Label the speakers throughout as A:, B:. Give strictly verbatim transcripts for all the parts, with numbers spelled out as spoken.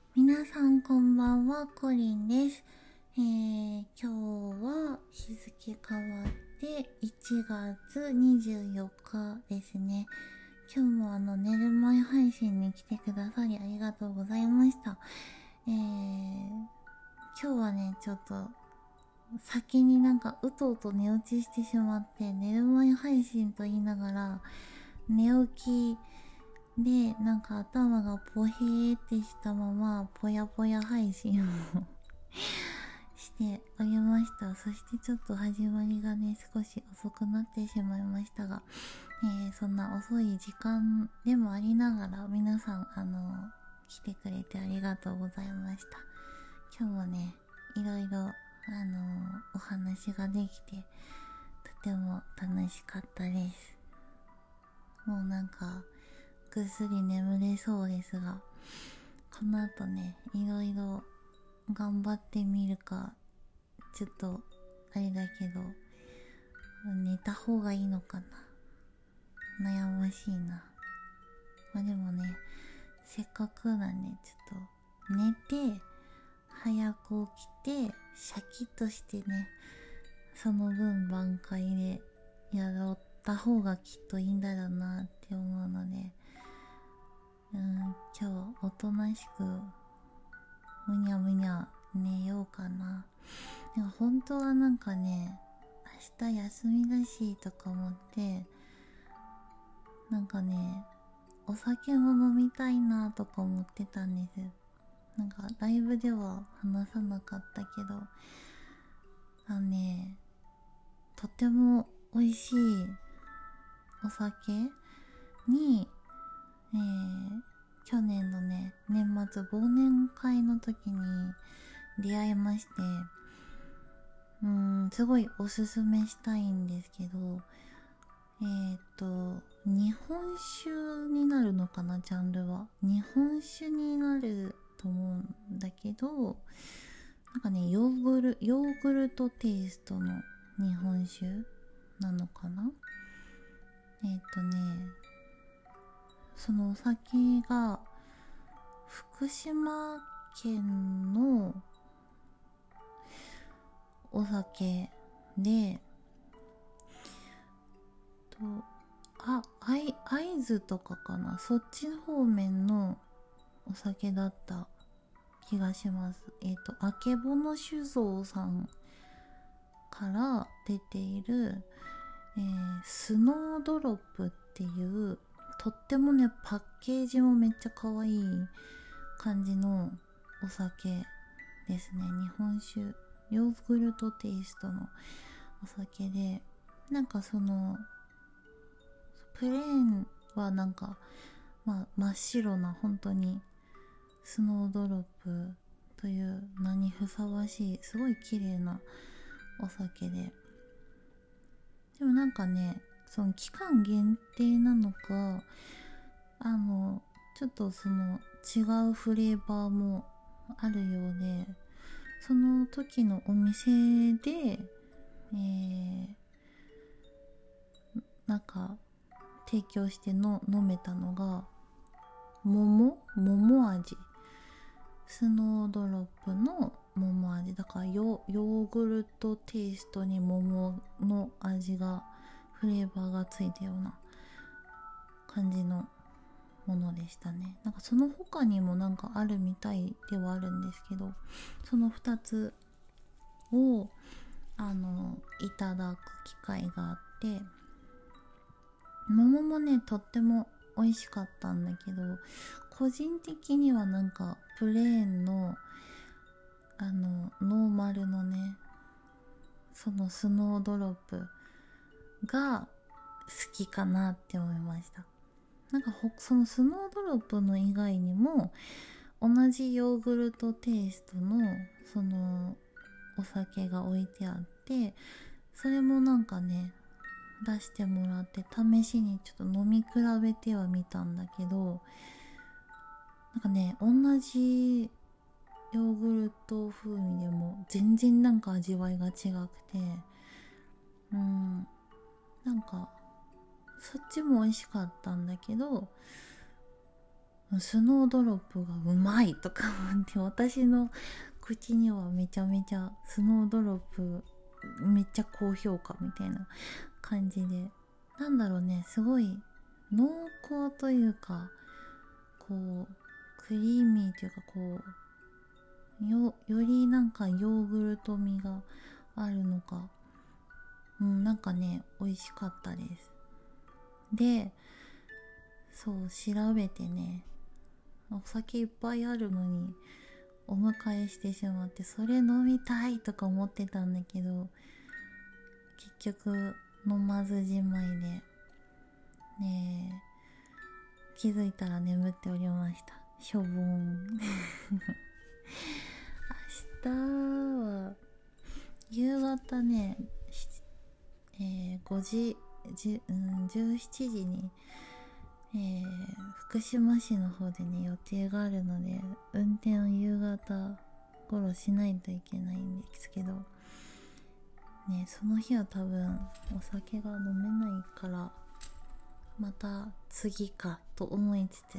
A: 皆さんこんばんは、コリンです。えー、今日は日付変わっていちがつにじゅうよっかですね。今日もあの寝る前配信に来てくださりありがとうございました。えー、今日はね、ちょっと先になんかうとうと寝落ちしてしまって、寝る前配信と言いながら寝起きでなんか頭がポヘーってしたままぽやぽや配信をしておりました。そしてちょっと始まりがね少し遅くなってしまいましたが、えー、そんな遅い時間でもありながら皆さんあの来てくれてありがとうございました。今日もねいろいろあのお話ができてとても楽しかったです。もうなんかぐっすり眠れそうですが、この後ねいろいろ頑張ってみるかちょっとあれだけど寝た方がいいのかな、悩ましいな。まあでもねせっかくなんでちょっと寝て早く起きてシャキッとしてね、その分挽回でやろった方がきっといいんだろうなって思うので、うん、今日おとなしくむにゃむにゃ寝ようかな。でも本当はなんかね明日休みだしとか思ってなんかねお酒も飲みたいなとか思ってたんです。なんかライブでは話さなかったけどあのねとても美味しいお酒に、えー、去年のね年末忘年会の時に出会いまして、うーんすごいおすすめしたいんですけど、えー、っと日本酒になるのかな、ジャンルは日本酒になると思うんだけど、なんかねヨーグルヨーグルトテイストの日本酒なのかな。えー、っとねそのお酒が福島県のお酒で、とあ会津とかかな、そっち方面のお酒だった気がします。えっ、とあけぼの酒造さんから出ている、えー、スノードロップっていうとってもねパッケージもめっちゃ可愛い感じのお酒ですね。日本酒ヨーグルトテイストのお酒で、なんかそのプレーンはなんか、まあ、真っ白な本当にスノードロップという名にふさわしいすごい綺麗なお酒で、でもなんかねその期間限定なのかあのちょっとその違うフレーバーもあるようで、その時のお店で、えー、なんか提供しての飲めたのが桃桃味、スノードロップの桃味だからヨヨーグルトテイストに桃の味がフレーバーがついたような感じのものでしたね。なんかその他にもなんかあるみたいではあるんですけど、そのふたつをあのいただく機会があって、桃もねとっても美味しかったんだけど、個人的にはなんかプレーンのあのノーマルのねそのスノードロップが好きかなって思いました。なんかほそのスノードロップの以外にも同じヨーグルトテイストのそのお酒が置いてあって、それもなんかね出してもらって試しにちょっと飲み比べてはみたんだけど、なんかね同じヨーグルト風味でも全然なんか味わいが違くて、うんなんかそっちも美味しかったんだけど、 スノードロップがうまいとか思って、私の口にはめちゃめちゃスノードロップめっちゃ高評価みたいな感じで、なんだろうね、すごい濃厚というか、こうクリーミーというか、こう よ, よりなんかヨーグルト味があるのか、うん、なんかね美味しかったです。で、そう調べてね、お酒いっぱいあるのにお迎えしてしまって、それ飲みたいとか思ってたんだけど、結局飲まずじまいでね、気づいたら眠っておりました。しょぼん明日は夕方ね、えー、ごじ、うん、じゅうしちじに、えー、福島市の方でね予定があるので、運転を夕方頃しないといけないんですけどね、その日は多分お酒が飲めないから、また次かと思いつつ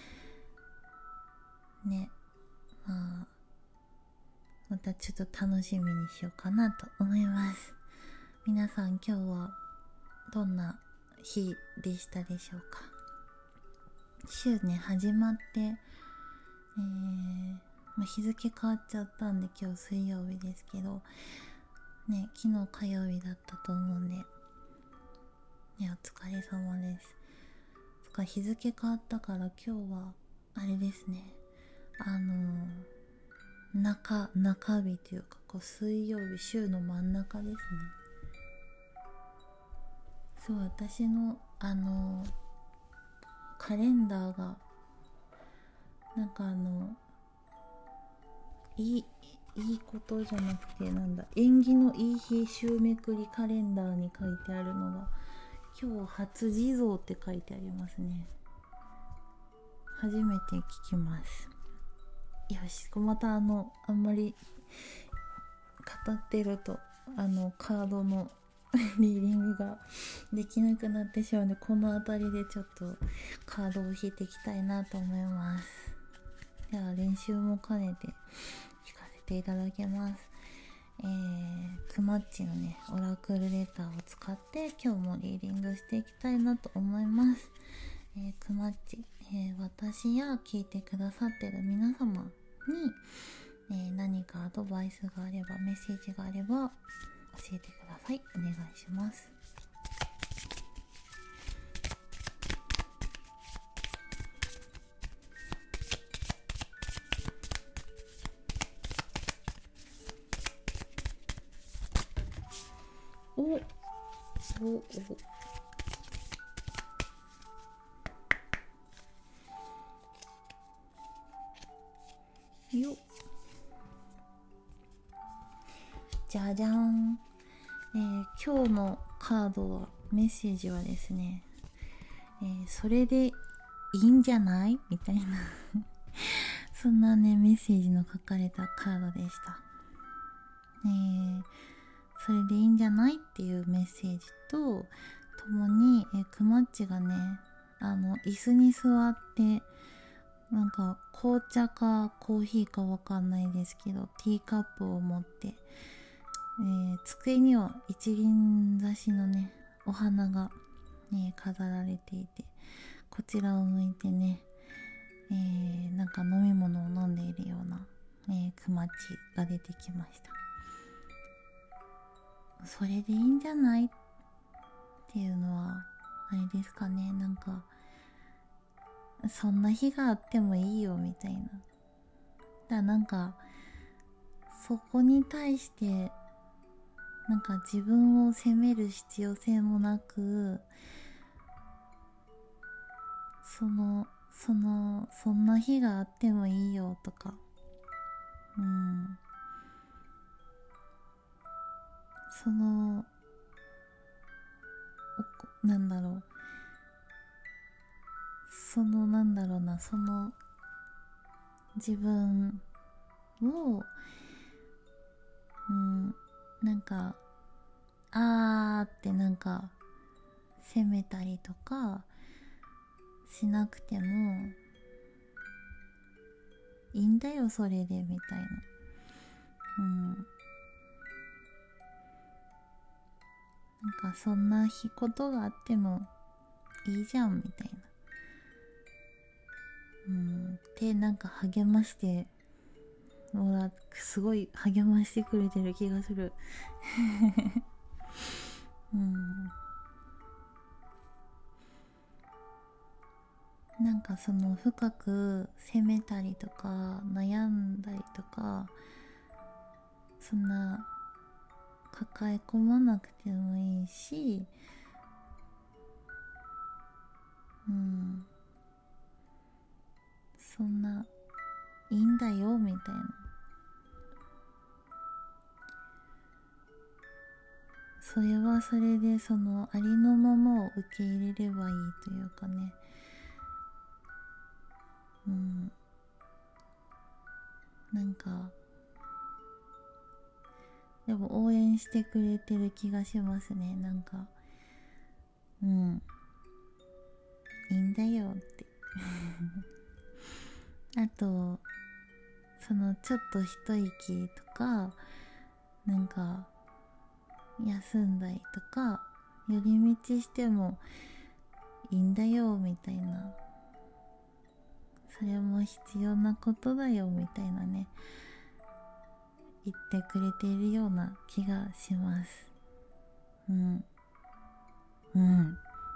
A: ね、まあまたちょっと楽しみにしようかなと思います。皆さん今日はどんな日でしたでしょうか。週ね始まって、えーまあ、日付変わっちゃったんで今日水曜日ですけどね、昨日火曜日だったと思うんで、ね、お疲れ様です。そっか、日付変わったから今日はあれですね、あのー、中中日というか、こう水曜日、週の真ん中ですね。そう、私のあのー、カレンダーがなんかあのいいいいことじゃなくて、なんだ、縁起のいい日週めくりカレンダーに書いてあるのが、今日初地蔵って書いてありますね。初めて聞きます。よし、またあのあんまり語ってるとあのカードのリーディングができなくなってしまうので、この辺りでちょっとカードを引いていきたいなと思います。では練習も兼ねて引かせていただきます。えー、クマッチのねオラクルレターを使って今日もリーディングしていきたいなと思います。えー、クマッチ、えー、私や聞いてくださってる皆様に、えー、何かアドバイスがあれば、メッセージがあれば教えてください。お願いします。おおおよっ、じゃじゃん、えー、今日のカードは、メッセージはですね、えー、それでいいんじゃないみたいなそんなねメッセージの書かれたカードでした。えー、それでいいんじゃないっていうメッセージとともに、えー、クマッチがね、あの椅子に座って、なんか紅茶かコーヒーかわかんないですけど、ティーカップを持って、えー、机には一輪挿しのねお花が、ね、飾られていて、こちらを向いてね、えー、なんか飲み物を飲んでいるような、えー、クマッチが出てきました。それでいいんじゃないっていうのはあれですかね、なんかそんな日があってもいいよみたいな。だからなんかそこに対してなんか自分を責める必要性もなく、そのそのそんな日があってもいいよとか、うんそのなんだろうそのなんだろうなその自分を、うん、なんかあーってなんか責めたりとかしなくても、 いいんだよそれでみたいな。うんなんかそんなことがあってもいいじゃんみたいな。うんでなんか励ましてもらすごい励ましてくれてる気がするうんなんかその深く責めたりとか悩んだりとかそんな抱え込まなくてもいいし、うんそんないいんだよみたいな。それはそれでそのありのままを受け入れればいいというかね。うんなんかでも応援してくれてる気がしますね。なんかうんいいんだよってあとそのちょっと一息とかなんか休んだりとか寄り道してもいいんだよみたいな、それも必要なことだよみたいなね言ってくれているような気がします。うんうん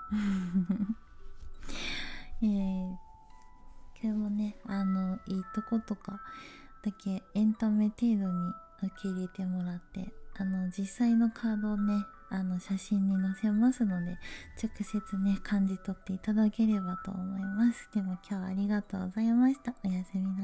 A: えー、今日もねあのいいとことかだけエンタメ程度に受け入れてもらって、あの実際のカードをねあの写真に載せますので直接ね感じ取っていただければと思います。でも今日はありがとうございました。おやすみなさい。